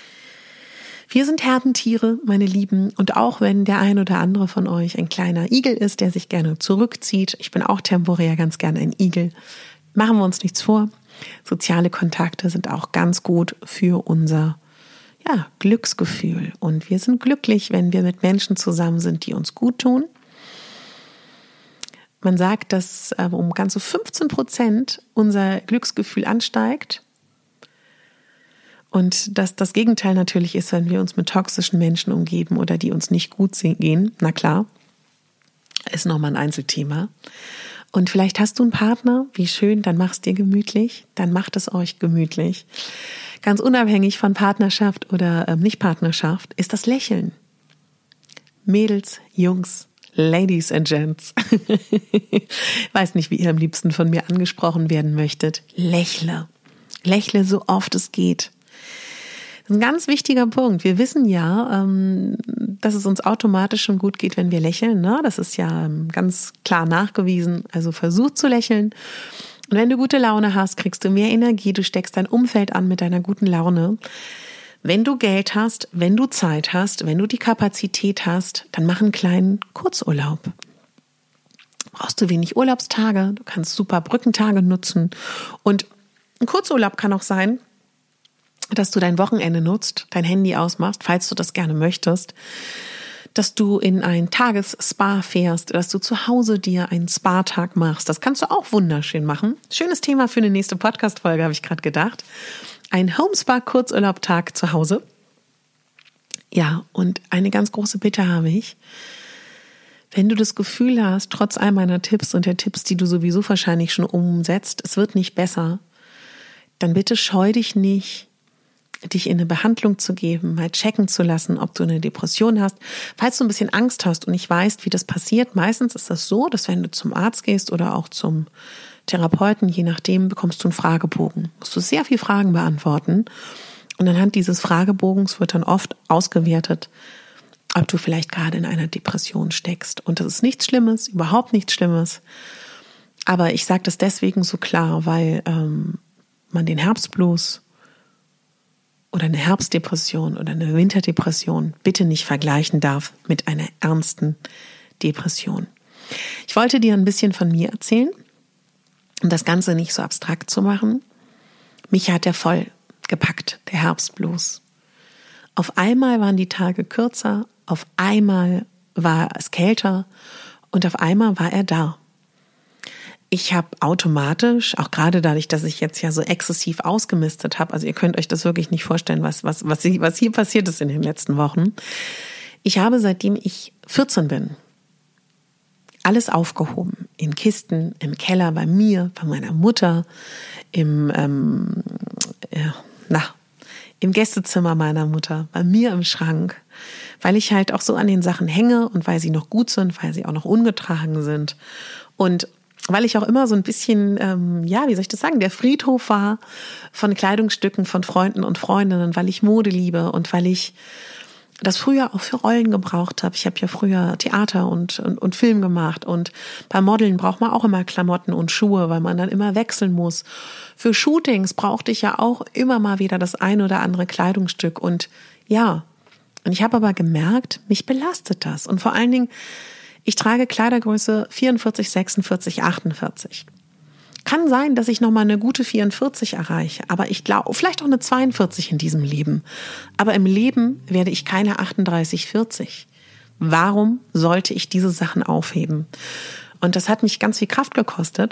Wir sind Herdentiere, meine Lieben, und auch wenn der ein oder andere von euch ein kleiner Igel ist, der sich gerne zurückzieht, ich bin auch temporär ganz gerne ein Igel, machen wir uns nichts vor. Soziale Kontakte sind auch ganz gut für unser ja, Glücksgefühl. Und wir sind glücklich, wenn wir mit Menschen zusammen sind, die uns gut tun. Man sagt, dass äh, um ganze fünfzehn Prozent unser Glücksgefühl ansteigt und dass das Gegenteil natürlich ist, wenn wir uns mit toxischen Menschen umgeben oder die uns nicht gut gehen. Na klar, ist nochmal ein Einzelthema. Und vielleicht hast du einen Partner, wie schön, dann mach es dir gemütlich, dann macht es euch gemütlich. Ganz unabhängig von Partnerschaft oder ähm, Nicht-Partnerschaft ist das Lächeln. Mädels, Jungs, Ladies and Gents. Weiß nicht, wie ihr am liebsten von mir angesprochen werden möchtet. Lächle. Lächle so oft es geht. Das ist ein ganz wichtiger Punkt. Wir wissen ja, dass es uns automatisch schon gut geht, wenn wir lächeln. Das ist ja ganz klar nachgewiesen. Also versuch zu lächeln. Und wenn du gute Laune hast, kriegst du mehr Energie. Du steckst dein Umfeld an mit deiner guten Laune. Wenn du Geld hast, wenn du Zeit hast, wenn du die Kapazität hast, dann mach einen kleinen Kurzurlaub. Brauchst du wenig Urlaubstage, du kannst super Brückentage nutzen. Und ein Kurzurlaub kann auch sein, dass du dein Wochenende nutzt, dein Handy ausmachst, falls du das gerne möchtest, dass du in ein Tagesspa fährst, dass du zu Hause dir einen Spa-Tag machst. Das kannst du auch wunderschön machen. Schönes Thema für eine nächste Podcast-Folge, habe ich gerade gedacht. Ein Homespa-Kurzurlaub-Tag zu Hause. Ja, und eine ganz große Bitte habe ich. Wenn du das Gefühl hast, trotz all meiner Tipps und der Tipps, die du sowieso wahrscheinlich schon umsetzt, es wird nicht besser, dann bitte scheu dich nicht, dich in eine Behandlung zu geben, mal checken zu lassen, ob du eine Depression hast. Falls du ein bisschen Angst hast und nicht weißt, wie das passiert, meistens ist das so, dass wenn du zum Arzt gehst oder auch zum Therapeuten, je nachdem, bekommst du einen Fragebogen. Musst du sehr viele Fragen beantworten und anhand dieses Fragebogens wird dann oft ausgewertet, ob du vielleicht gerade in einer Depression steckst. Und das ist nichts Schlimmes, überhaupt nichts Schlimmes. Aber ich sage das deswegen so klar, weil ähm, man den Herbstblues oder eine Herbstdepression oder eine Winterdepression bitte nicht vergleichen darf mit einer ernsten Depression. Ich wollte dir ein bisschen von mir erzählen, um das Ganze nicht so abstrakt zu machen. Mich hat der voll gepackt, der Herbstblues. Auf einmal waren die Tage kürzer, auf einmal war es kälter und auf einmal war er da. Ich habe automatisch, auch gerade dadurch, dass ich jetzt ja so exzessiv ausgemistet habe, also ihr könnt euch das wirklich nicht vorstellen, was, was, was, was hier passiert ist in den letzten Wochen. Ich habe, seitdem ich vierzehn bin, alles aufgehoben. In Kisten, im Keller bei mir, bei meiner Mutter, im, ähm, ja, na, im Gästezimmer meiner Mutter, bei mir im Schrank, weil ich halt auch so an den Sachen hänge und weil sie noch gut sind, weil sie auch noch ungetragen sind und weil ich auch immer so ein bisschen, ähm, ja, wie soll ich das sagen, der Friedhof war von Kleidungsstücken von Freunden und Freundinnen, weil ich Mode liebe und weil ich das früher auch für Rollen gebraucht habe. Ich habe ja früher Theater und, und, und Film gemacht und bei Modeln braucht man auch immer Klamotten und Schuhe, weil man dann immer wechseln muss. Für Shootings brauchte ich ja auch immer mal wieder das ein oder andere Kleidungsstück und ja, und ich habe aber gemerkt, mich belastet das und vor allen Dingen, ich trage Kleidergröße vierundvierzig, sechsundvierzig, achtundvierzig. Kann sein, dass ich nochmal eine gute vierundvierzig erreiche, aber ich glaube, vielleicht auch eine zweiundvierzig in diesem Leben. Aber im Leben werde ich keine achtunddreißig, vierzig. Warum sollte ich diese Sachen aufheben? Und das hat mich ganz viel Kraft gekostet,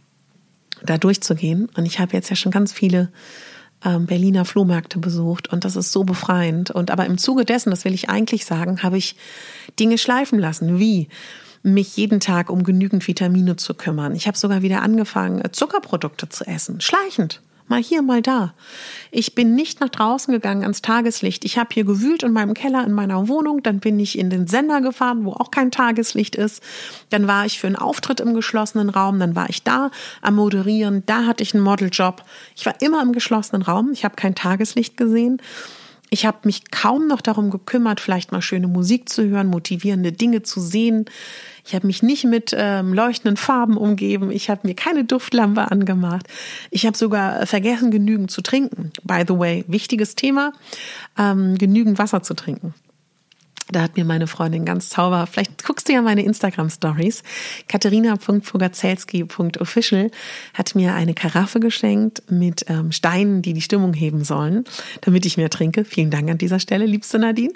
da durchzugehen. Und ich habe jetzt ja schon ganz viele ähm, Berliner Flohmärkte besucht und das ist so befreiend. Und aber im Zuge dessen, das will ich eigentlich sagen, habe ich Dinge schleifen lassen, wie mich jeden Tag um genügend Vitamine zu kümmern. Ich habe sogar wieder angefangen, Zuckerprodukte zu essen. Schleichend. Mal hier, mal da. Ich bin nicht nach draußen gegangen ans Tageslicht. Ich habe hier gewühlt in meinem Keller, in meiner Wohnung. Dann bin ich in den Sender gefahren, wo auch kein Tageslicht ist. Dann war ich für einen Auftritt im geschlossenen Raum. Dann war ich da am Moderieren. Da hatte ich einen Modeljob. Ich war immer im geschlossenen Raum. Ich habe kein Tageslicht gesehen. Ich habe mich kaum noch darum gekümmert, vielleicht mal schöne Musik zu hören, motivierende Dinge zu sehen. Ich habe mich nicht mit ähm, leuchtenden Farben umgeben. Ich habe mir keine Duftlampe angemacht. Ich habe sogar vergessen, genügend zu trinken. By the way, wichtiges Thema, ähm, genügend Wasser zu trinken. Da hat mir meine Freundin ganz zauberhaft, vielleicht guckst du ja meine Instagram-Stories, katharina punkt pogacelski punkt official hat mir eine Karaffe geschenkt mit ähm, Steinen, die die Stimmung heben sollen, damit ich mehr trinke. Vielen Dank an dieser Stelle, liebste Nadine.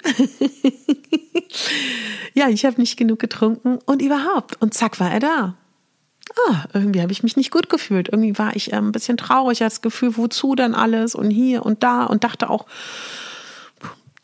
Ja, ich habe nicht genug getrunken und überhaupt. Und zack, war er da. Ah, irgendwie habe ich mich nicht gut gefühlt. Irgendwie war ich ähm, ein bisschen traurig, hatte das Gefühl, wozu denn alles und hier und da und dachte auch,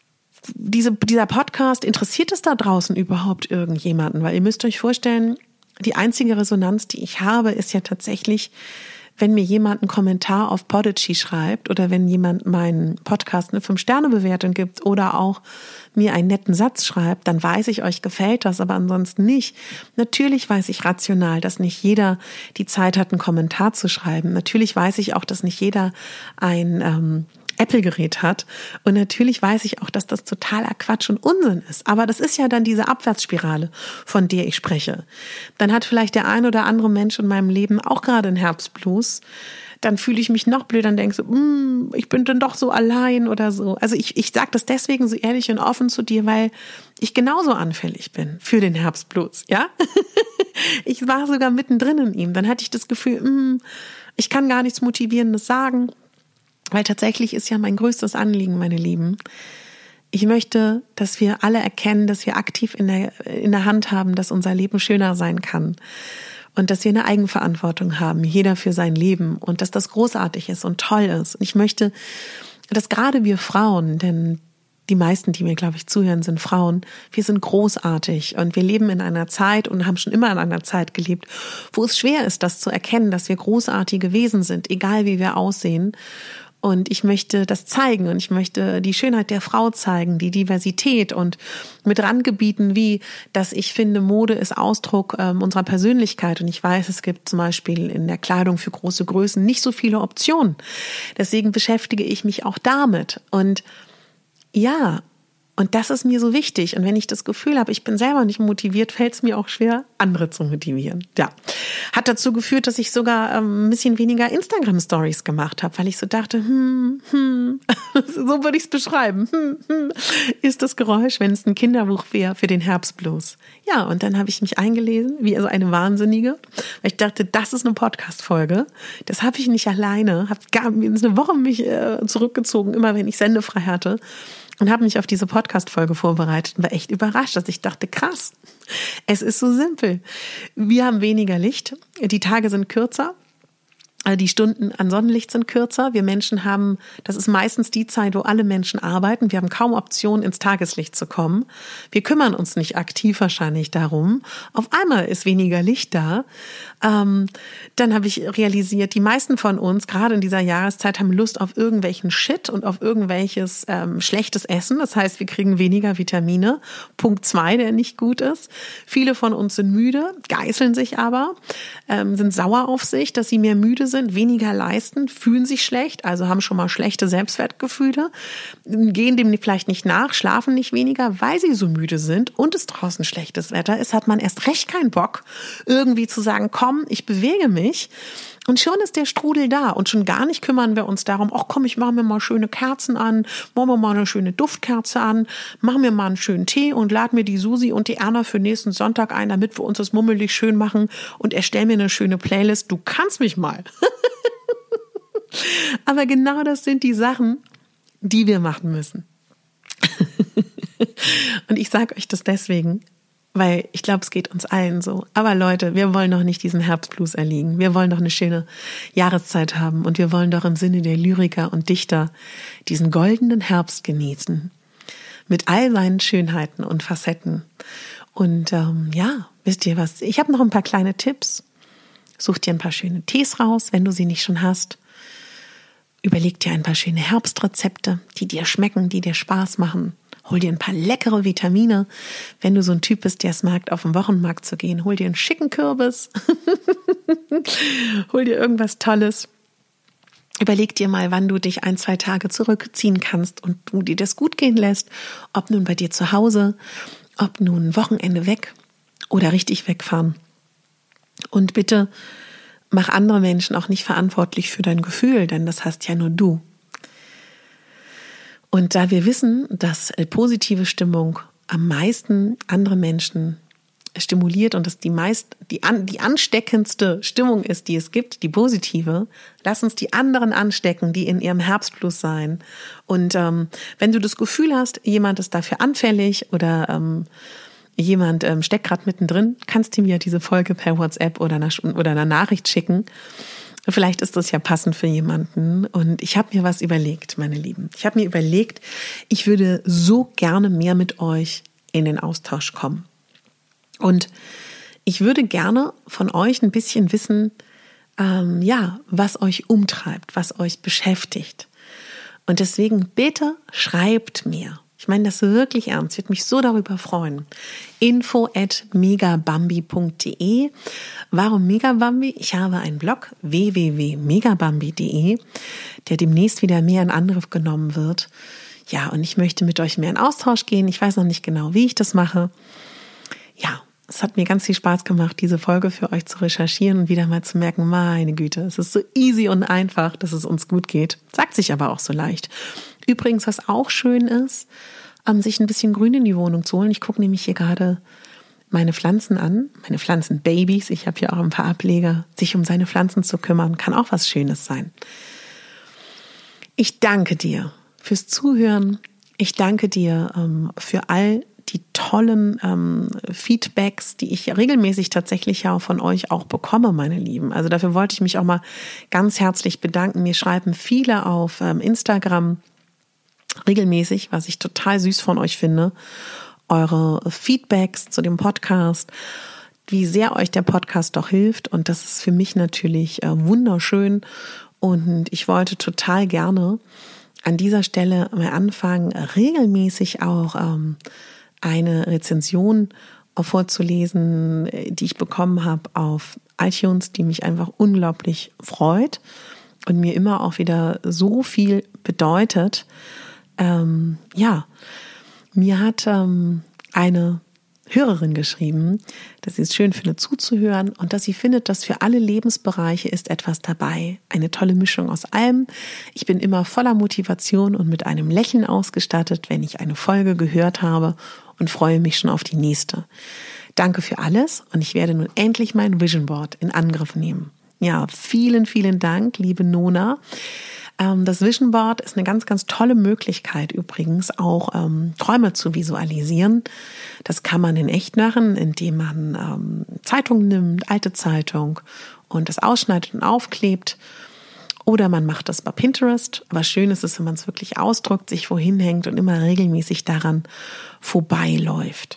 Diese, dieser Podcast, interessiert es da draußen überhaupt irgendjemanden? Weil ihr müsst euch vorstellen, die einzige Resonanz, die ich habe, ist ja tatsächlich, wenn mir jemand einen Kommentar auf Podigy schreibt oder wenn jemand meinen Podcast eine fünf Sterne Bewertung gibt oder auch mir einen netten Satz schreibt, dann weiß ich, euch gefällt das, aber ansonsten nicht. Natürlich weiß ich rational, dass nicht jeder die Zeit hat, einen Kommentar zu schreiben. Natürlich weiß ich auch, dass nicht jeder ein ähm, Apple-Gerät hat. Und natürlich weiß ich auch, dass das totaler Quatsch und Unsinn ist. Aber das ist ja dann diese Abwärtsspirale, von der ich spreche. Dann hat vielleicht der ein oder andere Mensch in meinem Leben auch gerade einen Herbstblues. Dann fühle ich mich noch blöder und denke so, mm, ich bin dann doch so allein oder so. Also ich, ich sage das deswegen so ehrlich und offen zu dir, weil ich genauso anfällig bin für den Herbstblues. Ja, ich war sogar mittendrin in ihm. Dann hatte ich das Gefühl, mm, ich kann gar nichts Motivierendes sagen. Weil tatsächlich ist ja mein größtes Anliegen, meine Lieben. Ich möchte, dass wir alle erkennen, dass wir aktiv in der, in der Hand haben, dass unser Leben schöner sein kann. Und dass wir eine Eigenverantwortung haben, jeder für sein Leben. Und dass das großartig ist und toll ist. Und ich möchte, dass gerade wir Frauen, denn die meisten, die mir, glaube ich, zuhören, sind Frauen, wir sind großartig. Und wir leben in einer Zeit und haben schon immer in einer Zeit gelebt, wo es schwer ist, das zu erkennen, dass wir großartige Wesen sind, egal wie wir aussehen. Und ich möchte das zeigen und ich möchte die Schönheit der Frau zeigen, die Diversität und mit Randgebieten wie, dass ich finde, Mode ist Ausdruck ähm, unserer Persönlichkeit. Und ich weiß, es gibt zum Beispiel in der Kleidung für große Größen nicht so viele Optionen. Deswegen beschäftige ich mich auch damit. Und ja, und das ist mir so wichtig. Und wenn ich das Gefühl habe, ich bin selber nicht motiviert, fällt es mir auch schwer, andere zu motivieren. Ja, hat dazu geführt, dass ich sogar ähm, ein bisschen weniger Instagram-Stories gemacht habe, weil ich so dachte, hm, hm, so würde ich es beschreiben. Hm, hm, ist das Geräusch, wenn es ein Kinderbuch wäre für den Herbstblues. Ja, und dann habe ich mich eingelesen, wie also eine Wahnsinnige, weil ich dachte, das ist eine Podcast-Folge. Das habe ich nicht alleine. Habe eine Woche mich äh, zurückgezogen, immer wenn ich sendefrei hatte. Und habe mich auf diese Podcast-Folge vorbereitet und war echt überrascht, dass ich dachte, krass, es ist so simpel. Wir haben weniger Licht, die Tage sind kürzer, die Stunden an Sonnenlicht sind kürzer. Wir Menschen haben, das ist meistens die Zeit, wo alle Menschen arbeiten. Wir haben kaum Optionen, ins Tageslicht zu kommen. Wir kümmern uns nicht aktiv wahrscheinlich darum. Auf einmal ist weniger Licht da. Ähm, dann habe ich realisiert, die meisten von uns, gerade in dieser Jahreszeit, haben Lust auf irgendwelchen Shit und auf irgendwelches ähm, schlechtes Essen. Das heißt, wir kriegen weniger Vitamine. Punkt zwei, der nicht gut ist. Viele von uns sind müde, geißeln sich aber, ähm, sind sauer auf sich, dass sie mehr müde sind. sind, weniger leisten, fühlen sich schlecht, also haben schon mal schlechte Selbstwertgefühle, gehen dem vielleicht nicht nach, schlafen nicht weniger, weil sie so müde sind und es draußen schlechtes Wetter ist, hat man erst recht keinen Bock, irgendwie zu sagen, komm, ich bewege mich. Und schon ist der Strudel da und schon gar nicht kümmern wir uns darum, ach komm, ich mache mir mal schöne Kerzen an, machen wir mal eine schöne Duftkerze an, machen wir mal einen schönen Tee und lad mir die Susi und die Erna für nächsten Sonntag ein, damit wir uns das mummelig schön machen und erstell mir eine schöne Playlist. Du kannst mich mal. Aber genau das sind die Sachen, die wir machen müssen. Und ich sage euch das deswegen, weil ich glaube, es geht uns allen so. Aber Leute, wir wollen doch nicht diesem Herbstblues erliegen. Wir wollen doch eine schöne Jahreszeit haben. Und wir wollen doch im Sinne der Lyriker und Dichter diesen goldenen Herbst genießen. Mit all seinen Schönheiten und Facetten. Und ähm, ja, wisst ihr was? Ich habe noch ein paar kleine Tipps. Such dir ein paar schöne Tees raus, wenn du sie nicht schon hast. Überleg dir ein paar schöne Herbstrezepte, die dir schmecken, die dir Spaß machen. Hol dir ein paar leckere Vitamine. Wenn du so ein Typ bist, der es mag, auf den Wochenmarkt zu gehen, hol dir einen schicken Kürbis. Hol dir irgendwas Tolles. Überleg dir mal, wann du dich ein, zwei Tage zurückziehen kannst und du dir das gut gehen lässt. Ob nun bei dir zu Hause, ob nun ein Wochenende weg oder richtig wegfahren. Und bitte mach andere Menschen auch nicht verantwortlich für dein Gefühl, denn das hast ja nur du. Und da wir wissen, dass positive Stimmung am meisten andere Menschen stimuliert und dass die meist die, an, die ansteckendste Stimmung ist, die es gibt, die positive, lass uns die anderen anstecken, die in ihrem Herbstblues sein. Und ähm, wenn du das Gefühl hast, jemand ist dafür anfällig oder ähm, jemand ähm, steckt gerade mittendrin, kannst du mir diese Folge per WhatsApp oder einer, oder einer Nachricht schicken. Vielleicht ist das ja passend für jemanden. Und ich habe mir was überlegt, meine Lieben. Ich habe mir überlegt, ich würde so gerne mehr mit euch in den Austausch kommen. Und Ich würde gerne von euch ein bisschen wissen, ähm, ja, was euch umtreibt, was euch beschäftigt. Und deswegen bitte schreibt mir. Ich meine das wirklich ernst. Ich würde mich so darüber freuen. info at megabambi punkt de. Warum Megabambi? Ich habe einen Blog w w w punkt megabambi punkt de, der demnächst wieder mehr in Angriff genommen wird. Ja, und ich möchte mit euch mehr in Austausch gehen. Ich weiß noch nicht genau, wie ich das mache. Ja, es hat mir ganz viel Spaß gemacht, diese Folge für euch zu recherchieren und wieder mal zu merken, meine Güte, es ist so easy und einfach, dass es uns gut geht. Sagt sich aber auch so leicht. Übrigens, was auch schön ist, sich ein bisschen Grün in die Wohnung zu holen. Ich gucke nämlich hier gerade meine Pflanzen an, meine Pflanzenbabys. Ich habe hier auch ein paar Ableger. Sich um seine Pflanzen zu kümmern, kann auch was Schönes sein. Ich danke dir fürs Zuhören. Ich danke dir ähm, für all die tollen ähm, Feedbacks, die ich regelmäßig tatsächlich ja von euch auch bekomme, meine Lieben. Also dafür wollte ich mich auch mal ganz herzlich bedanken. Mir schreiben viele auf ähm, Instagram regelmäßig, was ich total süß von euch finde, eure Feedbacks zu dem Podcast, wie sehr euch der Podcast doch hilft. Und das ist für mich natürlich äh, wunderschön. Und ich wollte total gerne an dieser Stelle mal anfangen, regelmäßig auch ähm, eine Rezension vorzulesen, die ich bekommen habe auf iTunes, die mich einfach unglaublich freut und mir immer auch wieder so viel bedeutet. Ähm, ja, mir hat ähm, eine Hörerin geschrieben, dass sie es schön findet zuzuhören und dass sie findet, dass für alle Lebensbereiche ist etwas dabei. Eine tolle Mischung aus allem. Ich bin immer voller Motivation und mit einem Lächeln ausgestattet, wenn ich eine Folge gehört habe und freue mich schon auf die nächste. Danke für alles und ich werde nun endlich mein Vision Board in Angriff nehmen. Ja, vielen, vielen Dank, liebe Nona. Das Vision Board ist eine ganz, ganz tolle Möglichkeit übrigens auch ähm, Träume zu visualisieren. Das kann man in echt machen, indem man ähm, Zeitung nimmt, alte Zeitung und das ausschneidet und aufklebt. Oder man macht das bei Pinterest. Aber schön ist es, wenn man es wirklich ausdruckt, sich wohin hängt und immer regelmäßig daran vorbeiläuft.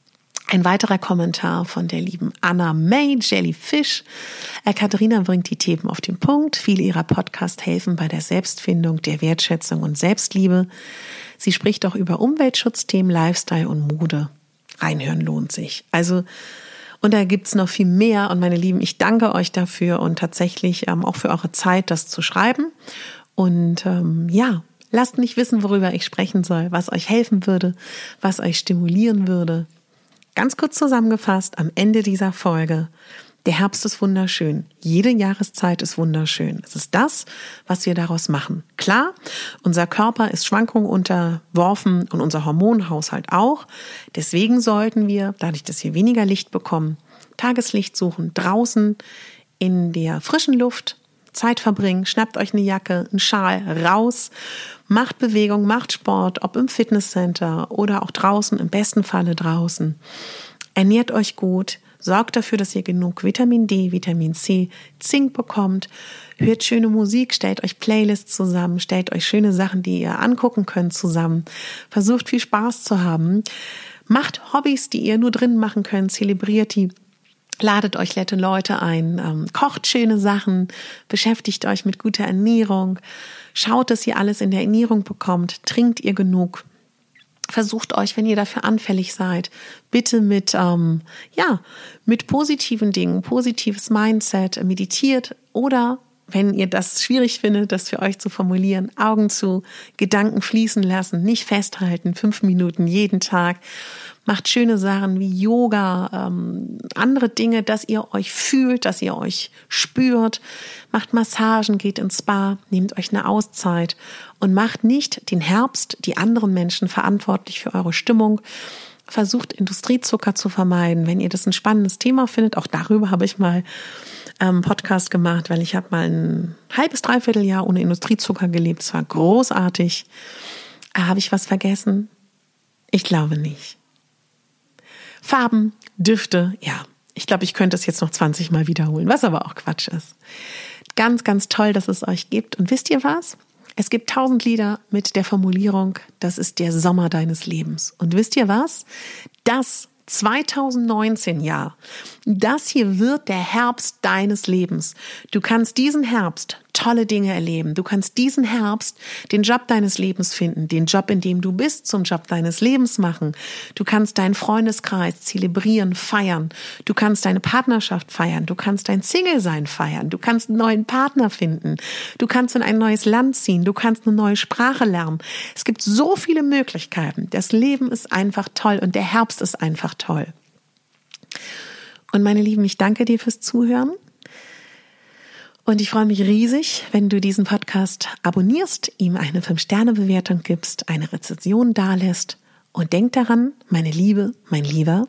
Ein weiterer Kommentar von der lieben Anna May Jellyfish. Äh, Katharina bringt die Themen auf den Punkt. Viele ihrer Podcasts helfen bei der Selbstfindung, der Wertschätzung und Selbstliebe. Sie spricht auch über Umweltschutzthemen, Lifestyle und Mode. Reinhören lohnt sich. Also, und da gibt's noch viel mehr. Und meine Lieben, ich danke euch dafür und tatsächlich ähm, auch für eure Zeit, das zu schreiben. Und ähm, ja, lasst mich wissen, worüber ich sprechen soll, was euch helfen würde, was euch stimulieren würde. Ganz kurz zusammengefasst, am Ende dieser Folge, der Herbst ist wunderschön. Jede Jahreszeit ist wunderschön. Es ist das, was wir daraus machen. Klar, unser Körper ist Schwankungen unterworfen und unser Hormonhaushalt auch. Deswegen sollten wir, dadurch, dass wir weniger Licht bekommen, Tageslicht suchen, draußen in der frischen Luft Zeit verbringen. Schnappt euch eine Jacke, einen Schal, raus, macht Bewegung, macht Sport, ob im Fitnesscenter oder auch draußen, im besten Falle draußen. Ernährt euch gut, sorgt dafür, dass ihr genug Vitamin D, Vitamin C, Zink bekommt, hört schöne Musik, stellt euch Playlists zusammen, stellt euch schöne Sachen, die ihr angucken könnt, zusammen, versucht viel Spaß zu haben, macht Hobbys, die ihr nur drin machen könnt, zelebriert die. Ladet euch nette Leute ein, ähm, kocht schöne Sachen, beschäftigt euch mit guter Ernährung, schaut, dass ihr alles in der Ernährung bekommt, trinkt ihr genug, versucht euch, wenn ihr dafür anfällig seid, bitte mit, ähm, ja, mit positiven Dingen, positives Mindset, meditiert oder wenn ihr das schwierig findet, das für euch zu formulieren, Augen zu, Gedanken fließen lassen, nicht festhalten, fünf Minuten jeden Tag. Macht schöne Sachen wie Yoga, ähm, andere Dinge, dass ihr euch fühlt, dass ihr euch spürt. Macht Massagen, geht ins Spa, nehmt euch eine Auszeit und macht nicht den Herbst, die anderen Menschen verantwortlich für eure Stimmung. Versucht Industriezucker zu vermeiden. Wenn ihr das ein spannendes Thema findet, auch darüber habe ich mal einen Podcast gemacht, weil ich habe mal ein halbes, dreiviertel Jahr ohne Industriezucker gelebt. Es war großartig. Habe ich was vergessen? Ich glaube nicht. Farben, Düfte, ja, ich glaube, ich könnte es jetzt noch zwanzig Mal wiederholen, was aber auch Quatsch ist. Ganz, ganz toll, dass es euch gibt. Und wisst ihr was? Es gibt tausend Lieder mit der Formulierung, das ist der Sommer deines Lebens. Und wisst ihr was? Das zweitausendneunzehn Jahr, Das hier wird der Herbst deines Lebens. Du kannst diesen Herbst tolle Dinge erleben. Du kannst diesen Herbst den Job deines Lebens finden, den Job, in dem du bist, zum Job deines Lebens machen. Du kannst deinen Freundeskreis zelebrieren, feiern. Du kannst deine Partnerschaft feiern. Du kannst dein Single-Sein feiern. Du kannst einen neuen Partner finden. Du kannst in ein neues Land ziehen. Du kannst eine neue Sprache lernen. Es gibt so viele Möglichkeiten. Das Leben ist einfach toll und der Herbst ist einfach toll. Und meine Lieben, ich danke dir fürs Zuhören und ich freue mich riesig, wenn du diesen Podcast abonnierst, ihm eine fünf Sterne Bewertung gibst, eine Rezension dalässt und denk daran, meine Liebe, mein Lieber,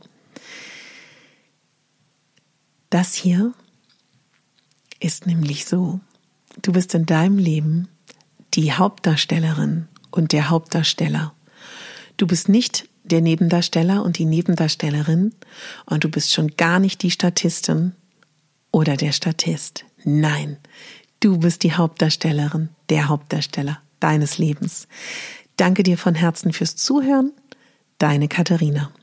das hier ist nämlich so, du bist in deinem Leben die Hauptdarstellerin und der Hauptdarsteller. Du bist nicht der Nebendarsteller und die Nebendarstellerin und du bist schon gar nicht die Statistin oder der Statist. Nein, du bist die Hauptdarstellerin, der Hauptdarsteller deines Lebens. Danke dir von Herzen fürs Zuhören. Deine Katharina.